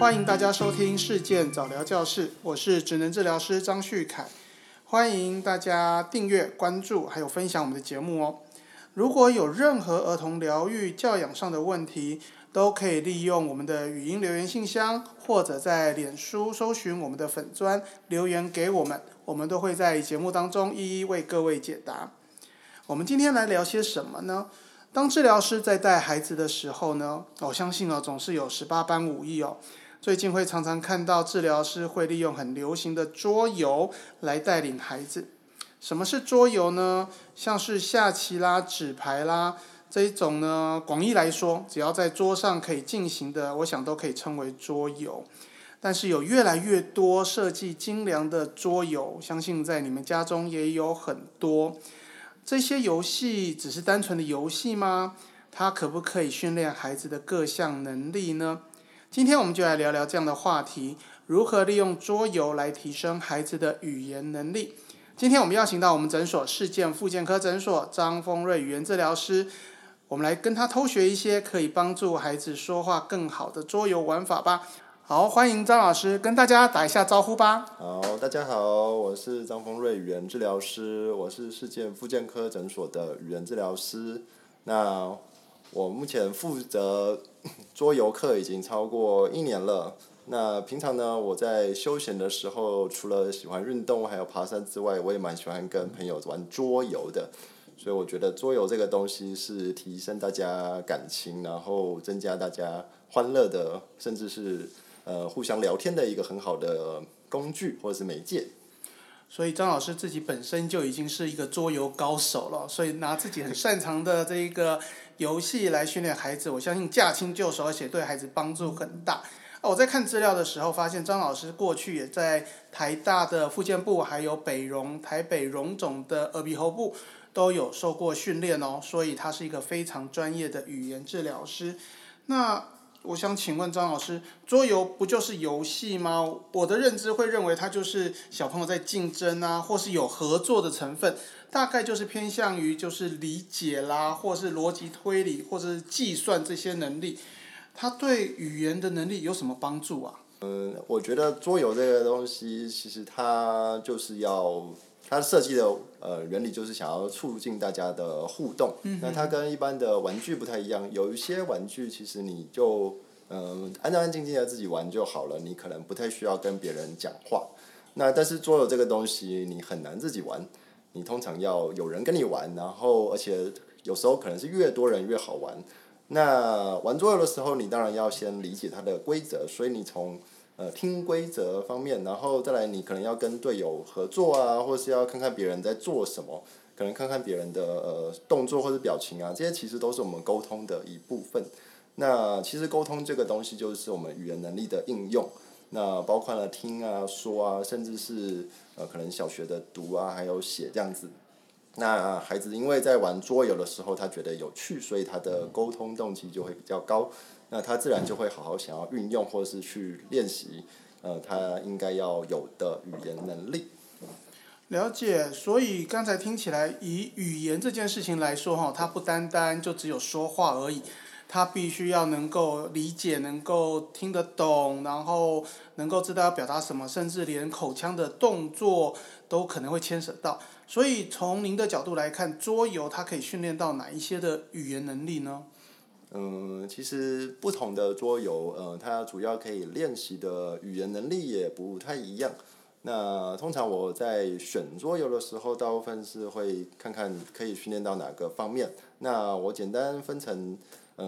欢迎大家收听事件早疗教室，我是职能治疗师张旭凯，欢迎大家订阅、关注还有分享我们的节目哦。如果有任何儿童疗育、教养上的问题，都可以利用我们的语音留言信箱，或者在脸书搜寻我们的粉专留言给我们，我们都会在节目当中一一为各位解答。我们今天来聊些什么呢？当治疗师在带孩子的时候呢，我相信总是有18般武艺哦。最近会常常看到治疗师会利用很流行的桌游来带领孩子。什么是桌游呢？像是下棋啦、纸牌啦这一种呢，广义来说，只要在桌上可以进行的，我想都可以称为桌游。但是有越来越多设计精良的桌游，相信在你们家中也有很多。这些游戏只是单纯的游戏吗？它可不可以训练孩子的各项能力呢？今天我们就来聊聊这样的话题，如何利用桌游来提升孩子的语言能力。今天我们邀请到我们诊所世健复健科诊所张丰瑞语言治疗师，我们来跟他偷学一些可以帮助孩子说话更好的桌游玩法吧。好，欢迎张老师跟大家打一下招呼吧。 好，大家好，我是张丰瑞语言治疗师，我是世健复健科诊所的语言治疗师。那我目前负责桌游课已经超过1年了。那平常呢，我在休闲的时候，除了喜欢运动还有爬山之外，我也蛮喜欢跟朋友玩桌游的。所以我觉得桌游这个东西是提升大家感情，然后增加大家欢乐的，甚至是互相聊天的一个很好的工具或者是媒介。 所以张老师自己本身就已经是一个桌游高手了，所以拿自己很擅长的这一个游戏来训练孩子，我相信驾轻就熟，而且对孩子帮助很大。我在看资料的时候发现，张老师过去也在台大的复健部，还有台北荣总的耳鼻喉部都有受过训练哦，所以他是一个非常专业的语言治疗师。那我想请问张老师，桌游不就是游戏吗？我的认知会认为它就是小朋友在竞争啊，或是有合作的成分，大概就是偏向于就是理解啦，或是逻辑推理，或者是计算这些能力。它对语言的能力有什么帮助啊？ 我觉得桌游这个东西，其实它就是它设计的原理就是想要促进大家的互动。那它跟一般的玩具不太一样，有一些玩具其实你就安安静静的自己玩就好了，你可能不太需要跟别人讲话。那但是桌游这个东西你很难自己玩，你通常要有人跟你玩，然后而且有时候可能是越多人越好玩。那玩桌游的时候，你当然要先理解它的规则，所以你从听规则方面，然后再来你可能要跟队友合作啊，或是要看看别人在做什么，可能看看别人的动作或者表情啊，这些其实都是我们沟通的一部分。那其实沟通这个东西就是我们语言能力的应用，那包括了听啊、说啊，甚至是可能小学的读啊，还有写这样子。那孩子因为在玩桌游的时候，他觉得有趣，所以他的沟通动机就会比较高，那他自然就会好好想要运用或是去练习，他应该要有的语言能力。 了解，所以刚才听起来，以语言这件事情来说，它不单单就只有说话而已，它必须要能够理解，能够听得懂，然后能够知道要表达什么，甚至连口腔的动作都可能会牵扯到。所以从您的角度来看，桌游它可以训练到哪一些的语言能力呢？ 其实不同的桌游，它主要可以练习的语言能力也不太一样。那通常我在选桌游的时候，大部分是会看看可以训练到哪个方面。那我简单分成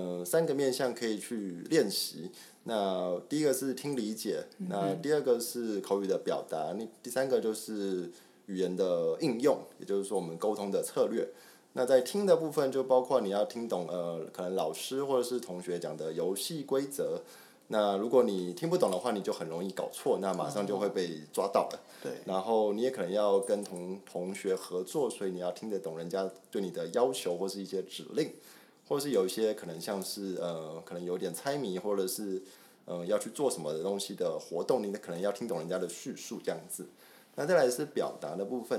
3个面向可以去练习。那第一个是听理解，那第二个是口语的表达，第3个就是语言的应用，也就是说我们沟通的策略。那在听的部分就包括你要听懂可能老师或者是同学讲的游戏规则。那如果你听不懂的话，你就很容易搞错，那马上就会被抓到了。 对。 然后你也可能要跟同学合作，所以你要听得懂人家对你的要求或是一些指令，或是有一些可能像是可能有点猜谜，或者是要去做什么的东西的活动，你可能要听懂人家的叙述这样子。那再来是表达的部分。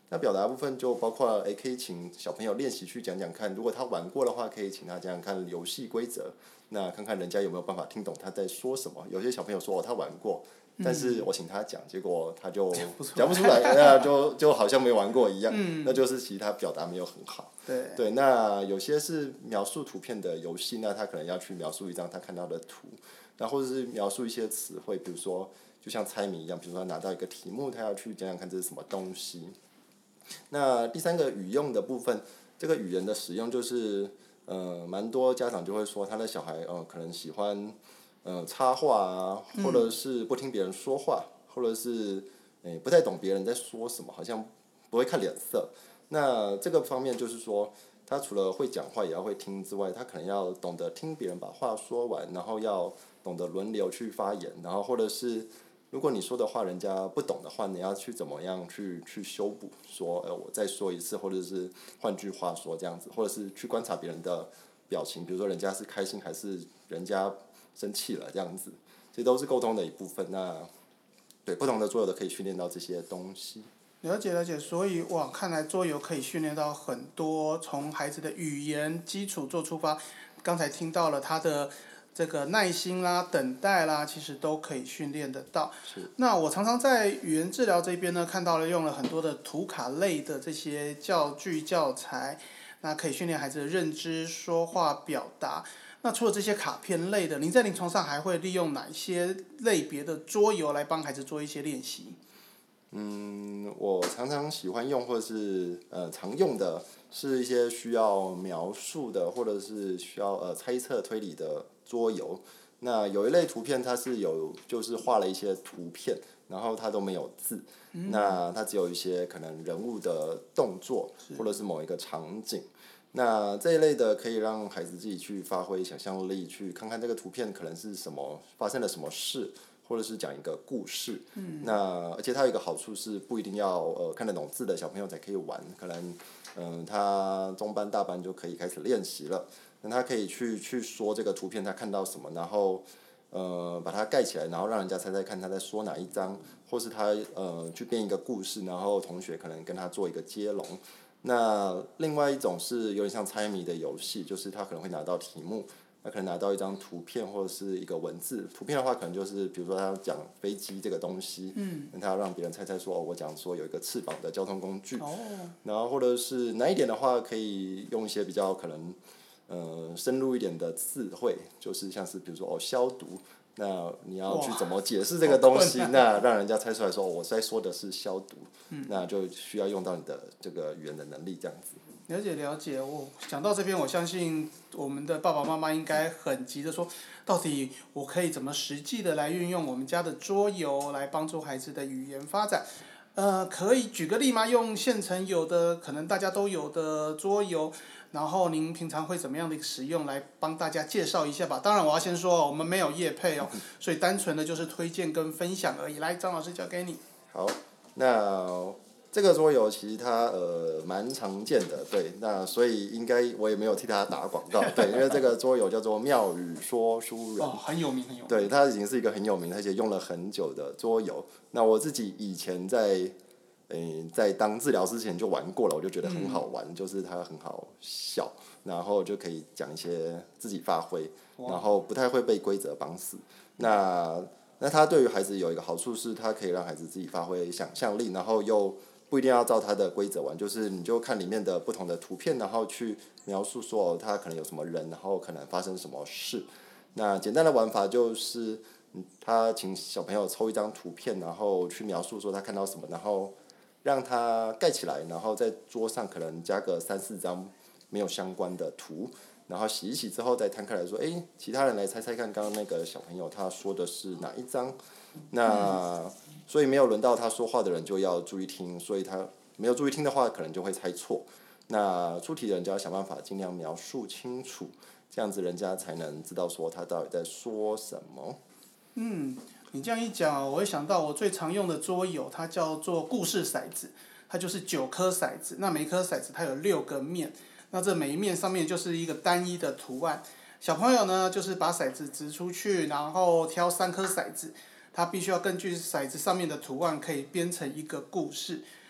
那表达部分就包括可以请小朋友练习去讲讲看，如果他玩过的话，可以请他讲讲看游戏规则，那看看人家有没有办法听懂他在说什么。有些小朋友说他玩过，但是我请他讲，结果他就讲不出来，那就好像没玩过一样，那就是其实他表达没有很好。对，那有些是描述图片的游戏，那他可能要去描述一张他看到的图，那或者是描述一些词汇，比如说就像猜谜一样，比如说他拿到一个题目，他要去讲讲看这是什么东西。那第三个语用的部分，这个语言的使用就是蛮多家长就会说他的小孩可能喜欢插话啊，或者是不听别人说话，或者是不太懂别人在说什么，好像不会看脸色。那这个方面就是说，他除了会讲话也要会听之外，他可能要懂得听别人把话说完，然后要懂得轮流去发言，然后或者是如果你说的话人家不懂的话，你要去怎么样去修补，说我再说一次，或者是换句话说这样子，或者是去观察别人的表情，比如说人家是开心还是人家生气了这样子，这都是沟通的一部分。那对不同的桌游都可以训练到这些东西。 了解，所以哇，看来桌游可以训练到很多，从孩子的语言基础做出发，刚才听到了他的这个耐心啦、等待啦，其实都可以训练得到。那我常常在语言治疗这边呢，看到了用了很多的图卡类的这些教具教材，那可以训练孩子的认知、说话、表达。那除了这些卡片类的，您在临床上还会利用哪一些类别的桌游来帮孩子做一些练习？ 我常常喜欢用或者是常用的是一些需要描述的，或者是需要猜测推理的桌游。那有一类图片它是就是画了一些图片，然后它都没有字，那它只有一些可能人物的动作或者是某一个场景。那这一类的可以让孩子自己去发挥想象力，去看看这个图片可能是什么发生了什么事，或者是讲一个故事。那而且它有一个好处是不一定要看得懂字的小朋友才可以玩，可能他中班大班就可以开始练习了。那他可以去说这个图片他看到什么，然后把它盖起来，然后让人家猜猜看他在说哪一张，或是他去编一个故事，然后同学可能跟他做一个接龙。那另外一种是有点像猜谜的游戏，就是他可能会拿到题目，他可能拿到一张图片或者是一个文字。图片的话可能就是比如说他讲飞机这个东西，那他要让别人猜猜说我讲说有一个翅膀的交通工具，然后或者是难一点的话可以用一些比较可能深入一点的词汇，就是像是比如说消毒。那你要去怎么解释这个东西，那让人家猜出来说我在说的是消毒，那就需要用到你的这个语言的能力这样子。 了解，讲到这边，我相信我们的爸爸妈妈应该很急着说，到底我可以怎么实际的来运用我们家的桌游来帮助孩子的语言发展？可以举个例吗？用现成有的，可能大家都有的桌游，然后您平常会怎么样的使用来帮大家介绍一下吧？当然我要先说，我们没有业配哦，所以单纯的就是推荐跟分享而已。来，张老师交给你。 好，那这个桌游其实它蛮常见的，对，那所以应该我也没有替他打广告，对，因为这个桌游叫做妙语说书人， 很有名。 对，它已经是一个很有名而且用了很久的桌游。那我自己以前在当治疗师前就玩过了，我就觉得很好玩，就是它很好笑，然后就可以讲一些自己发挥，然后不太会被规则绑死。那它对于孩子有一个好处是，它可以让孩子自己发挥想象力，然后又不一定要照它的规则玩，就是你就看里面的不同的图片，然后去描述说他可能有什么人，然后可能发生什么事。那简单的玩法就是他请小朋友抽一张图片，然后去描述说他看到什么，然后让他盖起来，然后在桌上可能加个3-4张没有相关的图，然后洗一洗之后再摊开来说，其他人来猜猜看刚刚那个小朋友他说的是哪一张。那所以没有轮到他说话的人就要注意听，所以他没有注意听的话可能就会猜错。那出题的人就要想办法尽量描述清楚，这样子人家才能知道说他到底在说什么。 你这样一讲，我会想到我最常用的桌游，它叫做故事骰子，它就是9颗骰子，那每一颗骰子它有6个面，那这每一面上面就是一个单一的图案。小朋友呢，就是把骰子掷出去，然后挑3颗骰子，他必须要根据骰子上面的图案可以编成一个故事。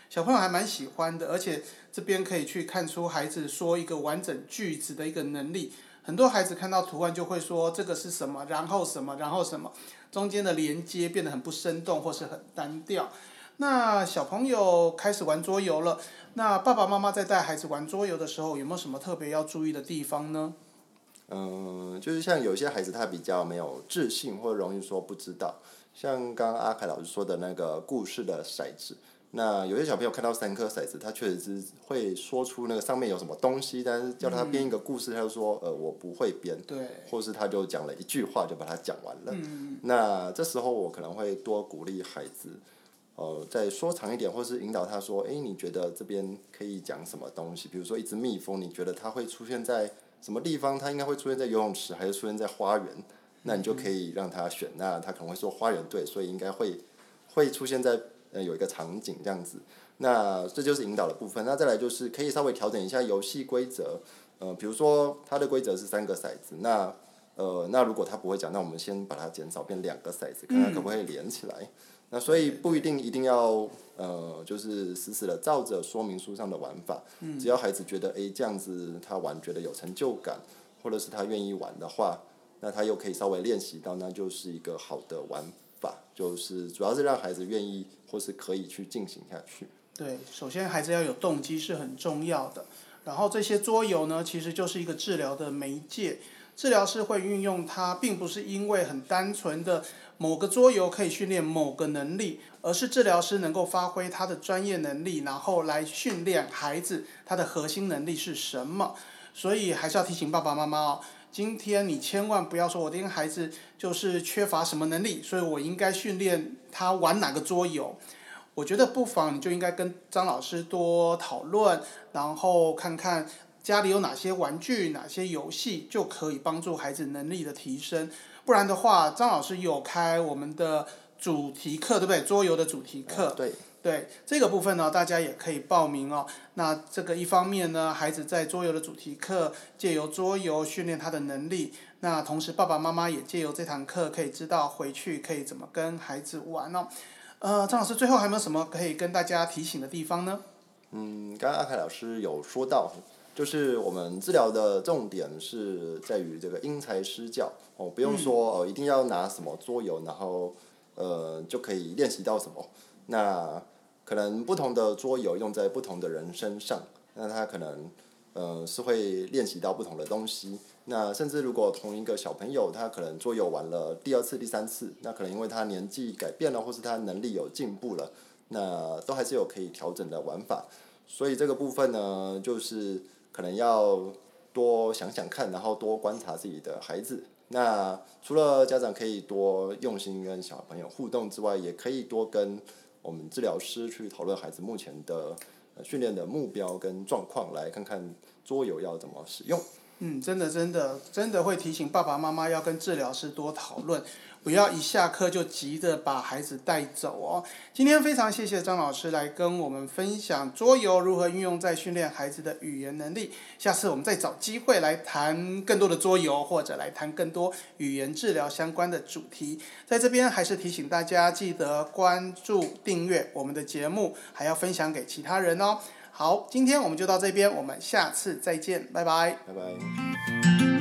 小朋友还蛮喜欢的，而且这边可以去看出孩子说一个完整句子的一个能力。很多孩子看到图案就会说这个是什么，然后什么，然后什么，中间的连接变得很不生动或是很单调。那小朋友开始玩桌游了，那爸爸妈妈在带孩子玩桌游的时候，有没有什么特别要注意的地方呢？ 就是像有些孩子他比较没有自信，或容易说不知道。像刚刚阿凯老师说的那个故事的骰子，那有些小朋友看到3颗骰子，他确实是会说出那个上面有什么东西，但是叫他编一个故事，他就说我不会编，或是他就讲了一句话就把它讲完了。那这时候我可能会多鼓励孩子，再说长一点，或是引导他说，你觉得这边可以讲什么东西？比如说一只蜜蜂，你觉得它会出现在什么地方？它应该会出现在游泳池，还是出现在花园？那你就可以让他选。那他可能会说花园对，所以应该会出现在有一个场景这样子。那这就是引导的部分。那再来就是可以稍微调整一下游戏规则。比如说它的规则是3个骰子，那如果他不会讲，那我们先把它减少变2个骰子，看看可不可以连起来。那所以不一定要就是死死的照着说明书上的玩法，只要孩子觉得这样子他玩觉得有成就感，或者是他愿意玩的话，那他又可以稍微练习到，那就是一个好的玩法，就是主要是让孩子愿意或是可以去进行下去。 对，首先孩子要有动机是很重要的，然后这些桌游呢，其实就是一个治疗的媒介。治疗师会运用它，并不是因为很单纯的某个桌游可以训练某个能力，而是治疗师能够发挥他的专业能力，然后来训练孩子他的核心能力是什么。所以还是要提醒爸爸妈妈哦，今天你千万不要说我今天孩子就是缺乏什么能力，所以我应该训练他玩哪个桌游。我觉得不妨你就应该跟张老师多讨论，然后看看家里有哪些玩具、哪些游戏就可以帮助孩子能力的提升。不然的话，张老师有开我们的主题课，对不对？桌游的主题课。对这个部分呢，大家也可以报名哦。那这个一方面呢，孩子在桌游的主题课借由桌游训练他的能力，那同时爸爸妈妈也借由这堂课可以知道回去可以怎么跟孩子玩哦。张老师最后还有没有什么可以跟大家提醒的地方呢？ 刚刚阿凯老师有说到，就是我们治疗的重点是在于这个因材施教不用说一定要拿什么桌游，然后就可以练习到什么。那可能不同的桌游用在不同的人身上，那他可能是会练习到不同的东西。那甚至如果同一个小朋友，他可能桌游玩了第2次、第3次，那可能因为他年纪改变了，或是他能力有进步了，那都还是有可以调整的玩法。所以这个部分呢，就是可能要多想想看，然后多观察自己的孩子。那除了家长可以多用心跟小朋友互动之外，也可以多跟我们治疗师去讨论孩子目前的训练的目标跟状况，来看看桌游要怎么使用。 真的会提醒爸爸妈妈要跟治疗师多讨论，不要一下课就急着把孩子带走哦。今天非常谢谢张老师来跟我们分享桌游如何运用在训练孩子的语言能力。下次我们再找机会来谈更多的桌游，或者来谈更多语言治疗相关的主题。在这边还是提醒大家记得关注订阅我们的节目，还要分享给其他人哦。好，今天我们就到这边，我们下次再见，拜拜。 拜拜。